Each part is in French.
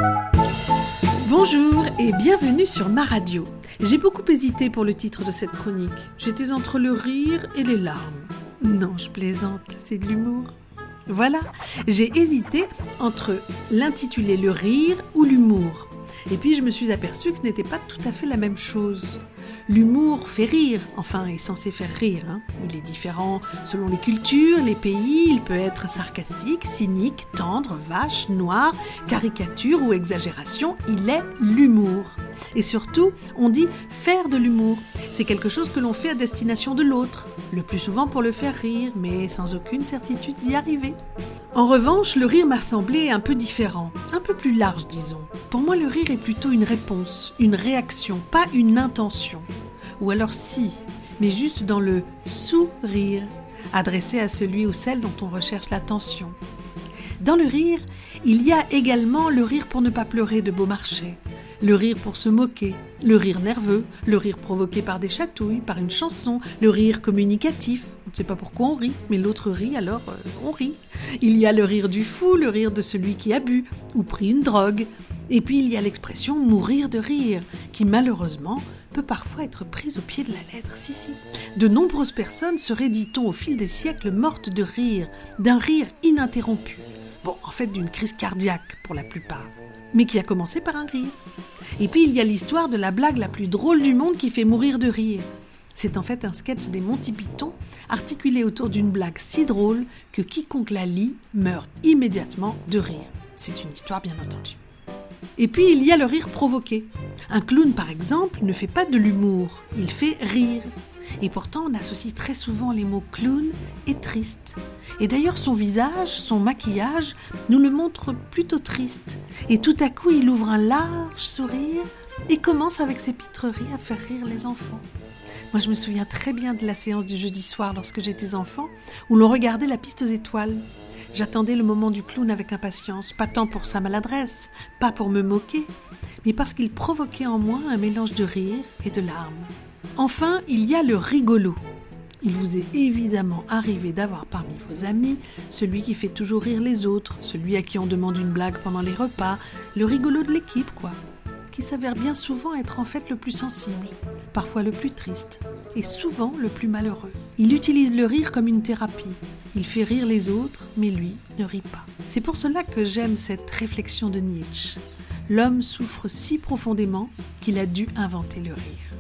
Bonjour et bienvenue sur ma radio. J'ai beaucoup hésité pour le titre de cette chronique. J'étais entre le rire et les larmes. Non, je plaisante, c'est de l'humour. Voilà, j'ai hésité entre l'intituler le rire ou l'humour. Et puis je me suis aperçue que ce n'était pas tout à fait la même chose. L'humour fait rire, enfin est censé faire rire. Il est différent selon les cultures, les pays, il peut être sarcastique, cynique, tendre, vache, noir, caricature ou exagération, il est l'humour. Et surtout, on dit faire de l'humour. C'est quelque chose que l'on fait à destination de l'autre, le plus souvent pour le faire rire, mais sans aucune certitude d'y arriver. En revanche, le rire m'a semblé un peu différent, un peu plus large, disons. Pour moi, le rire est plutôt une réponse, une réaction, pas une intention. Ou alors si, mais juste dans le sourire, adressé à celui ou celle dont on recherche l'attention. Dans le rire, il y a également le rire pour ne pas pleurer de Beaumarchais, le rire pour se moquer, le rire nerveux, le rire provoqué par des chatouilles, par une chanson, le rire communicatif. On ne sait pas pourquoi on rit, mais l'autre rit, alors on rit. Il y a le rire du fou, le rire de celui qui a bu ou pris une drogue. Et puis il y a l'expression mourir de rire, qui malheureusement peut parfois être prise au pied de la lettre. Si. De nombreuses personnes seraient, dit-on, au fil des siècles, mortes de rire, d'un rire ininterrompu. Bon, en fait, d'une crise cardiaque pour la plupart, mais qui a commencé par un rire. Et puis il y a l'histoire de la blague la plus drôle du monde qui fait mourir de rire. C'est en fait un sketch des Monty Python articulé autour d'une blague si drôle que quiconque la lit meurt immédiatement de rire. C'est une histoire bien entendu. Et puis il y a le rire provoqué. Un clown par exemple ne fait pas de l'humour, il fait rire. Et pourtant on associe très souvent les mots clown et triste. Et d'ailleurs son visage, son maquillage nous le montre plutôt triste. Et tout à coup il ouvre un large sourire et commence avec ses pitreries à faire rire les enfants. Moi je me souviens très bien de la séance du jeudi soir lorsque j'étais enfant où l'on regardait la piste aux étoiles. J'attendais le moment du clown avec impatience, pas tant pour sa maladresse, pas pour me moquer, mais parce qu'il provoquait en moi un mélange de rire et de larmes. Enfin, il y a le rigolo. Il vous est évidemment arrivé d'avoir parmi vos amis celui qui fait toujours rire les autres, celui à qui on demande une blague pendant les repas, le rigolo de l'équipe, quoi, qui s'avère bien souvent être en fait le plus sensible, parfois le plus triste, et souvent le plus malheureux. Il utilise le rire comme une thérapie. Il fait rire les autres, mais lui ne rit pas. C'est pour cela que j'aime cette réflexion de Nietzsche. L'homme souffre si profondément qu'il a dû inventer le rire.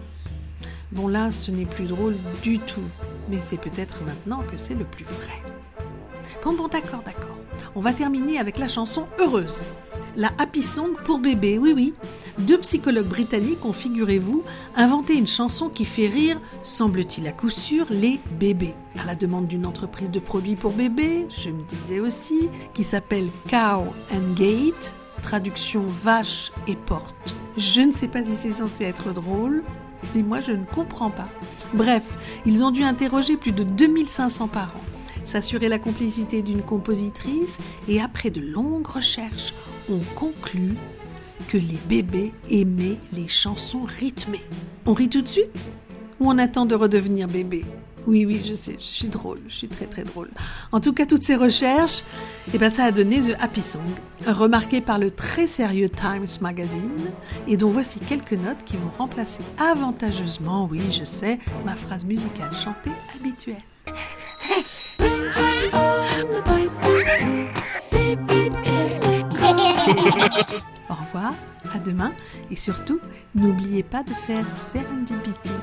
Bon là, ce n'est plus drôle du tout, mais c'est peut-être maintenant que c'est le plus vrai. Bon, d'accord. On va terminer avec la chanson Heureuse. La Happy Song pour bébé, oui. 2 psychologues britanniques ont, figurez-vous, inventé une chanson qui fait rire, semble-t-il à coup sûr, les bébés. À la demande d'une entreprise de produits pour bébés, je me disais aussi, qui s'appelle Cow and Gate, traduction vache et porte. Je ne sais pas si c'est censé être drôle, mais moi je ne comprends pas. Bref, ils ont dû interroger plus de 2500 parents, s'assurer la complicité d'une compositrice et après de longues recherches, on conclut que les bébés aimaient les chansons rythmées. On rit tout de suite ou on attend de redevenir bébé ? Oui, je sais, je suis drôle, je suis très très drôle. En tout cas, toutes ces recherches, ça a donné The Happy Song, remarqué par le très sérieux Times Magazine, et dont voici quelques notes qui vont remplacer avantageusement, oui, je sais, ma phrase musicale chantée habituelle. Au revoir, à demain, et surtout, n'oubliez pas de faire Serendipity.